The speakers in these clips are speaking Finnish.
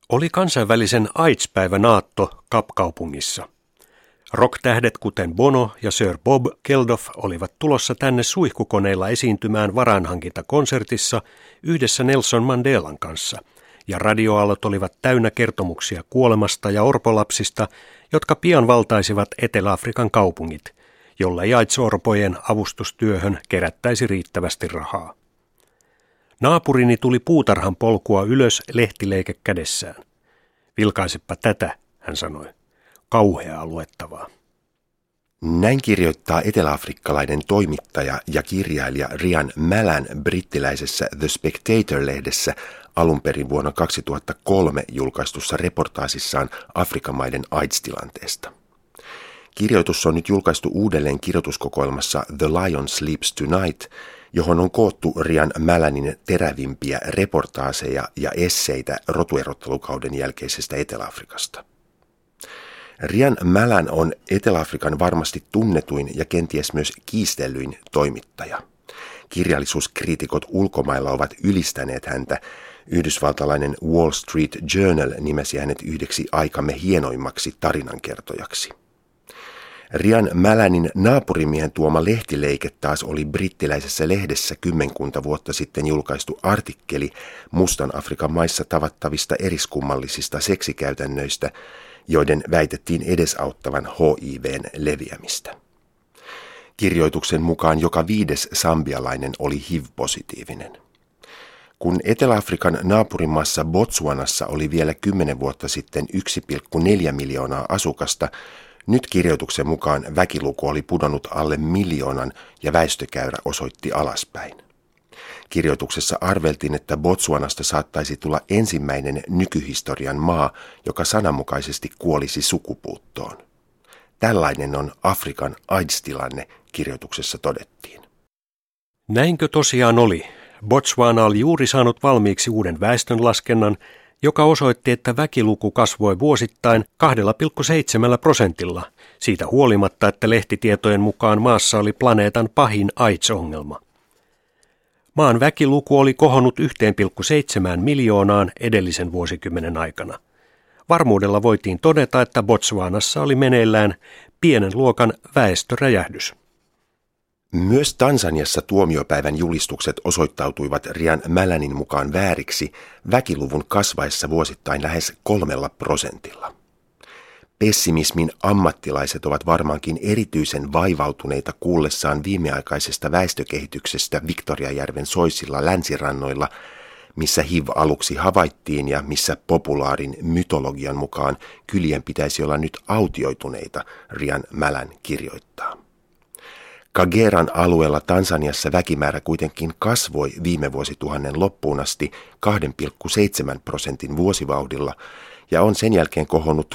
Oli kansainvälisen AIDS-päivän aatto Kapkaupungissa. Rock-tähdet kuten Bono ja Sir Bob Geldof olivat tulossa tänne suihkukoneilla esiintymään varainhankintakonsertissa yhdessä Nelson Mandelan kanssa, ja radioaallot olivat täynnä kertomuksia kuolemasta ja orpolapsista, jotka pian valtaisivat Etelä-Afrikan kaupungit, jollei AIDS-orpojen avustustyöhön kerättäisi riittävästi rahaa. Naapurini tuli puutarhan polkua ylös lehtileike kädessään. Vilkaisepa tätä, hän sanoi. Kauheaa luettavaa. Näin kirjoittaa eteläafrikkalainen toimittaja ja kirjailija Ryan Malan brittiläisessä The Spectator-lehdessä alun perin vuonna 2003 julkaistussa reportaasissaan Afrikan maiden AIDS-tilanteesta. Kirjoitus on nyt julkaistu uudelleen kirjoituskokoelmassa The Lion Sleeps Tonight, johon on koottu Ryan Malanin terävimpiä reportaaseja ja esseitä rotuerottelukauden jälkeisestä Etelä-Afrikasta. Ryan Malan on Etelä-Afrikan varmasti tunnetuin ja kenties myös kiistellyin toimittaja. Kirjallisuuskriitikot ulkomailla ovat ylistäneet häntä. Yhdysvaltalainen Wall Street Journal nimesi hänet yhdeksi aikamme hienoimmaksi tarinankertojaksi. Ryan Malanin naapurimiehen tuoma lehtileike taas oli brittiläisessä lehdessä 10 vuotta sitten julkaistu artikkeli Mustan Afrikan maissa tavattavista eriskummallisista seksikäytännöistä, joiden väitettiin edesauttavan HIV:n leviämistä. Kirjoituksen mukaan joka 5. sambialainen oli HIV-positiivinen. Kun Etelä-Afrikan naapurimaassa Botswanassa oli vielä 10 vuotta sitten 1,4 miljoonaa asukasta, nyt kirjoituksen mukaan väkiluku oli pudonnut alle 1 miljoonan ja väestökäyrä osoitti alaspäin. Kirjoituksessa arveltiin, että Botswanasta saattaisi tulla ensimmäinen nykyhistorian maa, joka sananmukaisesti kuolisi sukupuuttoon. Tällainen on Afrikan AIDS-tilanne, kirjoituksessa todettiin. Näinkö tosiaan oli? Botswana oli juuri saanut valmiiksi uuden väestönlaskennan, joka osoitti, että väkiluku kasvoi vuosittain 2,7%, siitä huolimatta, että lehtitietojen mukaan maassa oli planeetan pahin AIDS-ongelma. Maan väkiluku oli kohonnut 1,7 miljoonaan edellisen vuosikymmenen aikana. Varmuudella voitiin todeta, että Botswanassa oli meneillään pienen luokan väestöräjähdys. Myös Tansaniassa tuomiopäivän julistukset osoittautuivat Ryan Malanin mukaan vääriksi väkiluvun kasvaessa vuosittain lähes 3%. Pessimismin ammattilaiset ovat varmaankin erityisen vaivautuneita kuullessaan viimeaikaisesta väestökehityksestä Victoriajärven soisilla länsirannoilla, missä HIV aluksi havaittiin ja missä populaarin mytologian mukaan kylien pitäisi olla nyt autioituneita, Ryan Malan kirjoittaa. Kageran alueella Tansaniassa väkimäärä kuitenkin kasvoi viime vuosituhannen loppuun asti 2,7% vuosivauhdilla ja on sen jälkeen kohonnut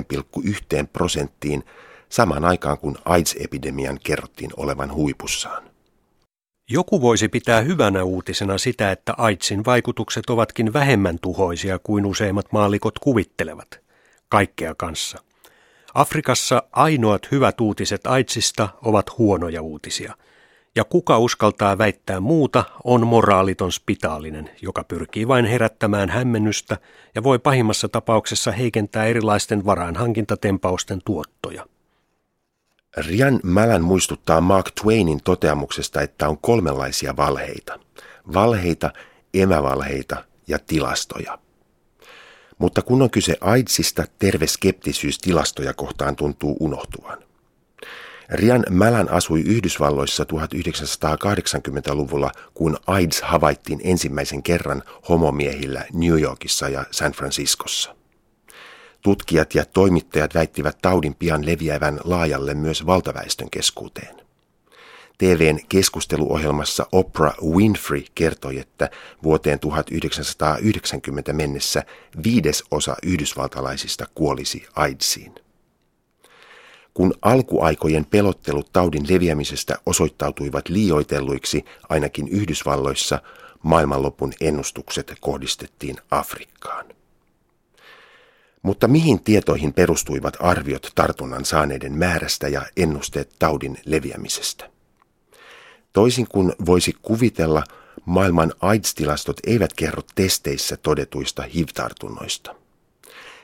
3,1% samaan aikaan kun AIDS-epidemian kerrottiin olevan huipussaan. Joku voisi pitää hyvänä uutisena sitä, että AIDSin vaikutukset ovatkin vähemmän tuhoisia kuin useimmat maallikot kuvittelevat. Kaikkea kanssa. Afrikassa ainoat hyvät uutiset AIDSista ovat huonoja uutisia. Ja kuka uskaltaa väittää muuta, on moraaliton spitaalinen, joka pyrkii vain herättämään hämmennystä ja voi pahimmassa tapauksessa heikentää erilaisten varainhankintatempausten tuottoja. Ryan Malan muistuttaa Mark Twainin toteamuksesta, että on 3 valheita. Valheita, emävalheita ja tilastoja. Mutta kun on kyse AIDSista, terve skeptisyys tilastoja kohtaan tuntuu unohtuvan. Ryan Malan asui Yhdysvalloissa 1980-luvulla, kun AIDS havaittiin ensimmäisen kerran homomiehillä New Yorkissa ja San Franciscossa. Tutkijat ja toimittajat väittivät taudin pian leviävän laajalle myös valtaväestön keskuuteen. TV:n keskusteluohjelmassa Oprah Winfrey kertoi, että vuoteen 1990 mennessä 1/5 yhdysvaltalaisista kuolisi AIDSiin. Kun alkuaikojen pelottelut taudin leviämisestä osoittautuivat liioitelluiksi ainakin Yhdysvalloissa, maailmanlopun ennustukset kohdistettiin Afrikkaan. Mutta mihin tietoihin perustuivat arviot tartunnan saaneiden määrästä ja ennusteet taudin leviämisestä? Toisin kuin voisi kuvitella, maailman AIDS-tilastot eivät kerro testeissä todetuista HIV-tartunnoista.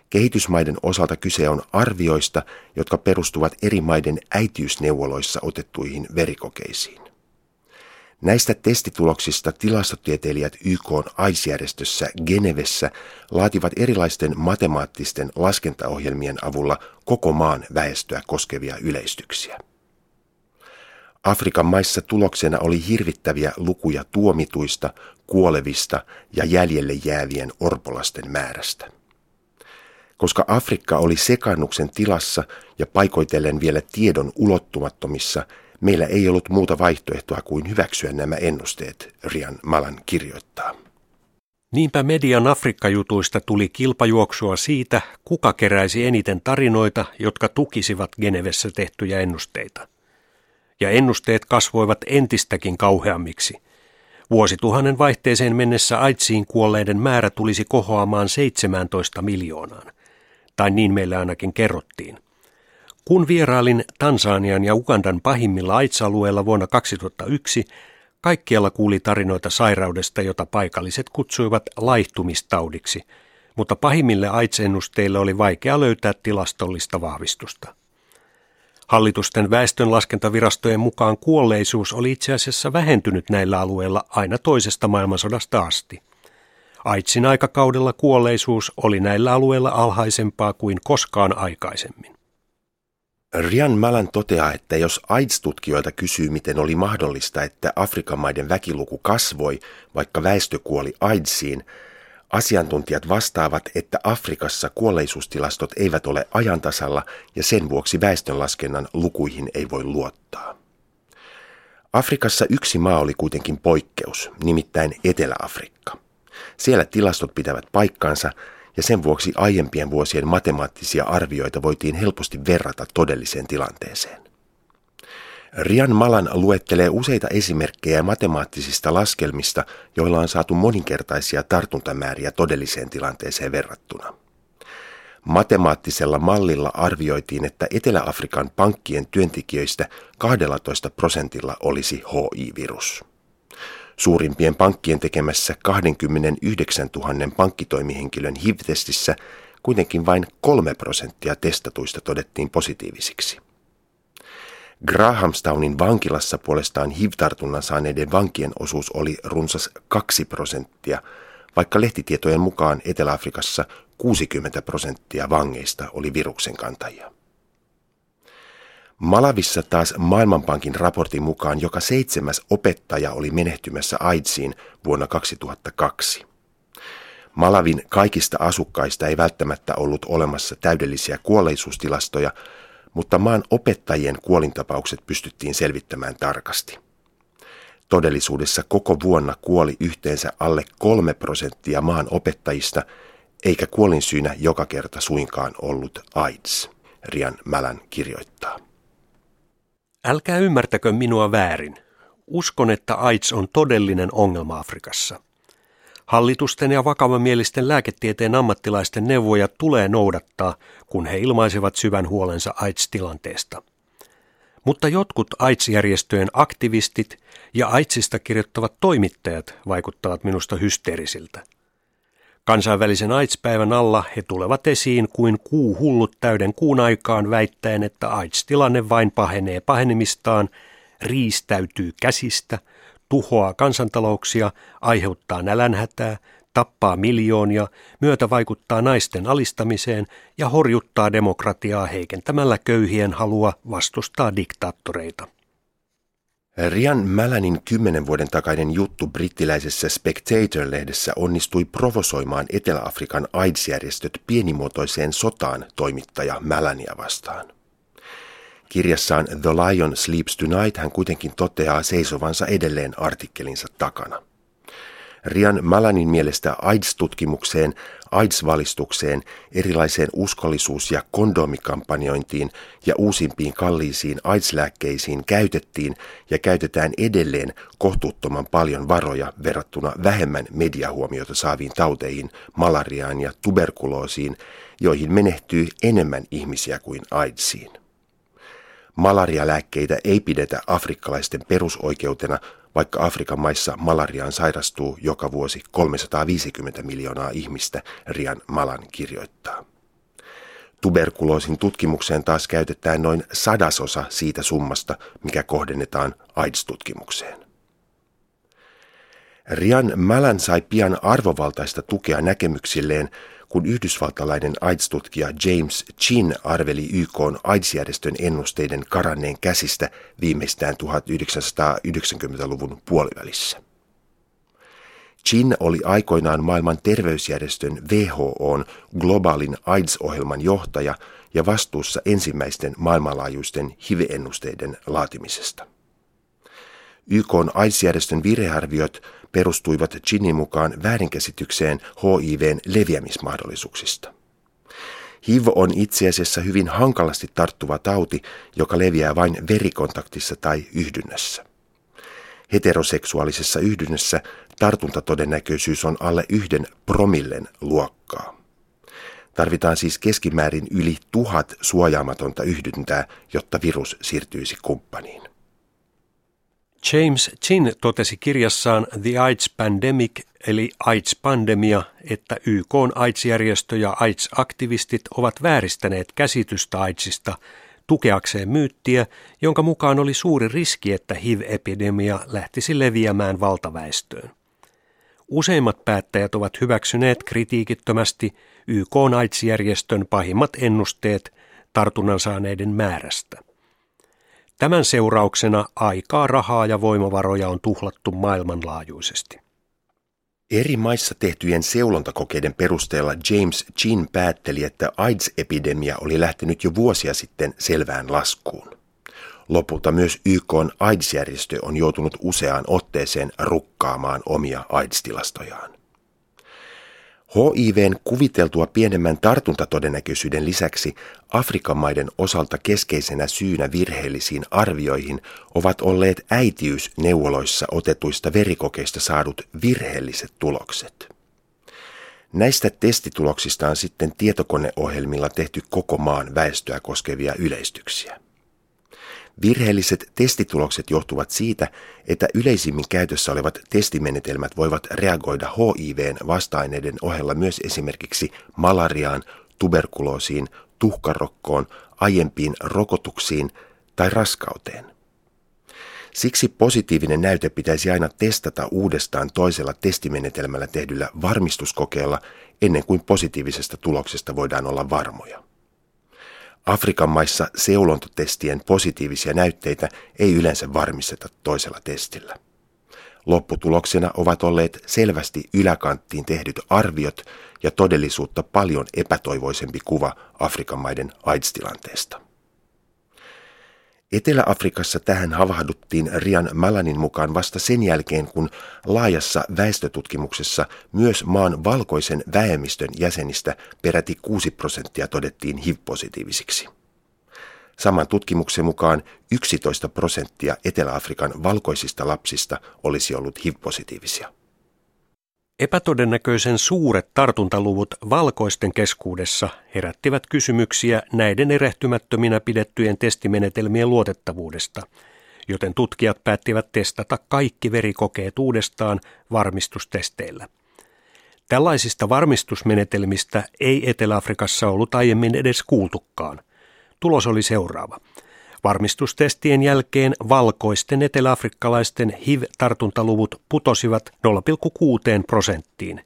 Kehitysmaiden osalta kyse on arvioista, jotka perustuvat eri maiden äitiysneuvoloissa otettuihin verikokeisiin. Näistä testituloksista tilastotieteilijät YK:n AIDS-järjestössä Genevessä laativat erilaisten matemaattisten laskentaohjelmien avulla koko maan väestöä koskevia yleistyksiä. Afrikan maissa tuloksena oli hirvittäviä lukuja tuomituista, kuolevista ja jäljelle jäävien orpolasten määrästä. Koska Afrikka oli sekaannuksen tilassa ja paikoitellen vielä tiedon ulottumattomissa, meillä ei ollut muuta vaihtoehtoa kuin hyväksyä nämä ennusteet, Ryan Malan kirjoittaa. Niinpä median Afrikka-jutuista tuli kilpajuoksua siitä, kuka keräisi eniten tarinoita, jotka tukisivat Genevessä tehtyjä ennusteita. Ja ennusteet kasvoivat entistäkin kauheammiksi. Vuosituhannen vaihteeseen mennessä AIDSiin kuolleiden määrä tulisi kohoamaan 17 miljoonaan. Tai niin meille ainakin kerrottiin. Kun vierailin Tansanian ja Ugandan pahimmilla AIDS-alueilla vuonna 2001, kaikkialla kuuli tarinoita sairaudesta, jota paikalliset kutsuivat laihtumistaudiksi, mutta pahimmille AIDS-ennusteille oli vaikea löytää tilastollista vahvistusta. Hallitusten väestönlaskentavirastojen mukaan kuolleisuus oli itse asiassa vähentynyt näillä alueilla aina toisesta maailmansodasta asti. AIDSin aikakaudella kuolleisuus oli näillä alueilla alhaisempaa kuin koskaan aikaisemmin. Ryan Malan toteaa, että jos AIDS-tutkijoilta kysyy, miten oli mahdollista, että Afrikan maiden väkiluku kasvoi, vaikka väestö kuoli AIDSiin, asiantuntijat vastaavat, että Afrikassa kuolleisuustilastot eivät ole ajantasalla ja sen vuoksi väestönlaskennan lukuihin ei voi luottaa. Afrikassa yksi maa oli kuitenkin poikkeus, nimittäin Etelä-Afrikka. Siellä tilastot pitävät paikkansa ja sen vuoksi aiempien vuosien matemaattisia arvioita voitiin helposti verrata todelliseen tilanteeseen. Ryan Malan luettelee useita esimerkkejä matemaattisista laskelmista, joilla on saatu moninkertaisia tartuntamääriä todelliseen tilanteeseen verrattuna. Matemaattisella mallilla arvioitiin, että Etelä-Afrikan pankkien työntekijöistä 12% olisi HIV-virus. Suurimpien pankkien tekemässä 29 000 pankkitoimihenkilön HIV-testissä kuitenkin vain 3% testatuista todettiin positiivisiksi. Grahamstownin vankilassa puolestaan HIV-tartunnan saaneiden vankien osuus oli runsas 2%, vaikka lehtitietojen mukaan Etelä-Afrikassa 60% vangeista oli viruksen kantajia. Malavissa taas Maailmanpankin raportin mukaan joka 7. opettaja oli menehtymässä AIDSiin vuonna 2002. Malavin kaikista asukkaista ei välttämättä ollut olemassa täydellisiä kuolleisuustilastoja, mutta maan opettajien kuolintapaukset pystyttiin selvittämään tarkasti. Todellisuudessa koko vuonna kuoli yhteensä alle 3% maan opettajista, eikä kuolinsyynä joka kerta suinkaan ollut AIDS, Ryan Malan kirjoittaa. Älkää ymmärtäkö minua väärin. Uskon, että AIDS on todellinen ongelma Afrikassa. Hallitusten ja vakavamielisten lääketieteen ammattilaisten neuvoja tulee noudattaa, kun he ilmaisevat syvän huolensa AIDS-tilanteesta. Mutta jotkut AIDS-järjestöjen aktivistit ja AIDSista kirjoittavat toimittajat vaikuttavat minusta hysteerisiltä. Kansainvälisen AIDS-päivän alla he tulevat esiin kuin kuuhullut täyden kuun aikaan väittäen, että AIDS-tilanne vain pahenee pahenemistaan, riistäytyy käsistä, tuhoaa kansantalouksia, aiheuttaa nälänhätää, tappaa miljoonia, myötävaikuttaa naisten alistamiseen ja horjuttaa demokratiaa heikentämällä köyhien halua vastustaa diktaattoreita. Ryan Malanin 10 vuoden takainen juttu brittiläisessä Spectator-lehdessä onnistui provosoimaan Etelä-Afrikan AIDS-järjestöt pienimuotoiseen sotaan toimittaja Malania vastaan. Kirjassaan The Lion Sleeps Tonight hän kuitenkin toteaa seisovansa edelleen artikkelinsa takana. Ryan Malanin mielestä AIDS-tutkimukseen, AIDS-valistukseen, erilaiseen uskollisuus- ja kondomikampanjointiin ja uusimpiin kalliisiin AIDS-lääkkeisiin käytettiin ja käytetään edelleen kohtuuttoman paljon varoja verrattuna vähemmän mediahuomiota saaviin tauteihin, malariaan ja tuberkuloosiin, joihin menehtyy enemmän ihmisiä kuin AIDSiin. Malarialääkkeitä ei pidetä afrikkalaisten perusoikeutena, vaikka Afrikan maissa malariaan sairastuu joka vuosi 350 miljoonaa ihmistä, Ryan Malan kirjoittaa. Tuberkuloosin tutkimukseen taas käytetään noin 1/100 siitä summasta, mikä kohdennetaan AIDS-tutkimukseen. Ryan Malan sai pian arvovaltaista tukea näkemyksilleen, kun yhdysvaltalainen AIDS-tutkija James Chin arveli YK:n AIDS-järjestön ennusteiden karanneen käsistä viimeistään 1990-luvun puolivälissä. Chin oli aikoinaan maailman terveysjärjestön WHO:n globaalin AIDS-ohjelman johtaja ja vastuussa ensimmäisten maailmanlaajuisten HIV-ennusteiden laatimisesta. YK:n AIDS-järjestön virhearviot perustuivat Chinin mukaan väärinkäsitykseen HIV:n leviämismahdollisuuksista. HIV on itse asiassa hyvin hankalasti tarttuva tauti, joka leviää vain verikontaktissa tai yhdynnässä. Heteroseksuaalisessa yhdynnässä tartuntatodennäköisyys on alle 1 promillen luokkaa. Tarvitaan siis keskimäärin yli 1000 suojaamatonta yhdyntää, jotta virus siirtyisi kumppaniin. James Chin totesi kirjassaan The AIDS Pandemic eli AIDS-pandemia, että YK:n AIDS-järjestö ja AIDS-aktivistit ovat vääristäneet käsitystä AIDSista tukeakseen myyttiä, jonka mukaan oli suuri riski, että HIV-epidemia lähtisi leviämään valtaväestöön. Useimmat päättäjät ovat hyväksyneet kritiikittömästi YK:n AIDS-järjestön pahimmat ennusteet tartunnan saaneiden määrästä. Tämän seurauksena aikaa, rahaa ja voimavaroja on tuhlattu maailmanlaajuisesti. Eri maissa tehtyjen seulontakokeiden perusteella James Chin päätteli, että AIDS-epidemia oli lähtenyt jo vuosia sitten selvään laskuun. Lopulta myös YK:n AIDS-järjestö on joutunut useaan otteeseen rukkaamaan omia AIDS-tilastojaan. HIV:n kuviteltua pienemmän tartuntatodennäköisyyden lisäksi Afrikan maiden osalta keskeisenä syynä virheellisiin arvioihin ovat olleet äitiysneuvoloissa otetuista verikokeista saadut virheelliset tulokset. Näistä testituloksista on sitten tietokoneohjelmilla tehty koko maan väestöä koskevia yleistyksiä. Virheelliset testitulokset johtuvat siitä, että yleisimmin käytössä olevat testimenetelmät voivat reagoida HIV:n vasta-aineiden ohella myös esimerkiksi malariaan, tuberkuloosiin, tuhkarokkoon, aiempiin rokotuksiin tai raskauteen. Siksi positiivinen näyte pitäisi aina testata uudestaan toisella testimenetelmällä tehdyllä varmistuskokeella ennen kuin positiivisesta tuloksesta voidaan olla varmoja. Afrikan maissa seulontotestien positiivisia näytteitä ei yleensä varmisteta toisella testillä. Lopputuloksena ovat olleet selvästi yläkanttiin tehdyt arviot ja todellisuutta paljon epätoivoisempi kuva Afrikan maiden AIDS-tilanteesta. Etelä-Afrikassa tähän havahduttiin Ryan Malanin mukaan vasta sen jälkeen, kun laajassa väestötutkimuksessa myös maan valkoisen vähemmistön jäsenistä peräti 6% todettiin HIV-positiivisiksi. Saman tutkimuksen mukaan 11% Etelä-Afrikan valkoisista lapsista olisi ollut HIV-positiivisia. Epätodennäköisen suuret tartuntaluvut valkoisten keskuudessa herättivät kysymyksiä näiden erehtymättöminä pidettyjen testimenetelmien luotettavuudesta, joten tutkijat päättivät testata kaikki verikokeet uudestaan varmistustesteillä. Tällaisista varmistusmenetelmistä ei Etelä-Afrikassa ollut aiemmin edes kuultukaan. Tulos oli seuraava. Varmistustestien jälkeen valkoisten eteläafrikkalaisten HIV-tartuntaluvut putosivat 0,6%,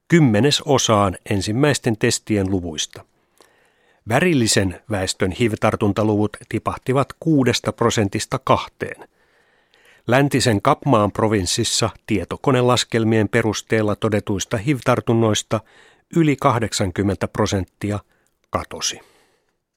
10% ensimmäisten testien luvuista. Värillisen väestön HIV-tartuntaluvut tipahtivat 6%:sta 2%. Läntisen Kapmaan provinssissa tietokonelaskelmien perusteella todetuista HIV-tartunnoista yli 80% katosi.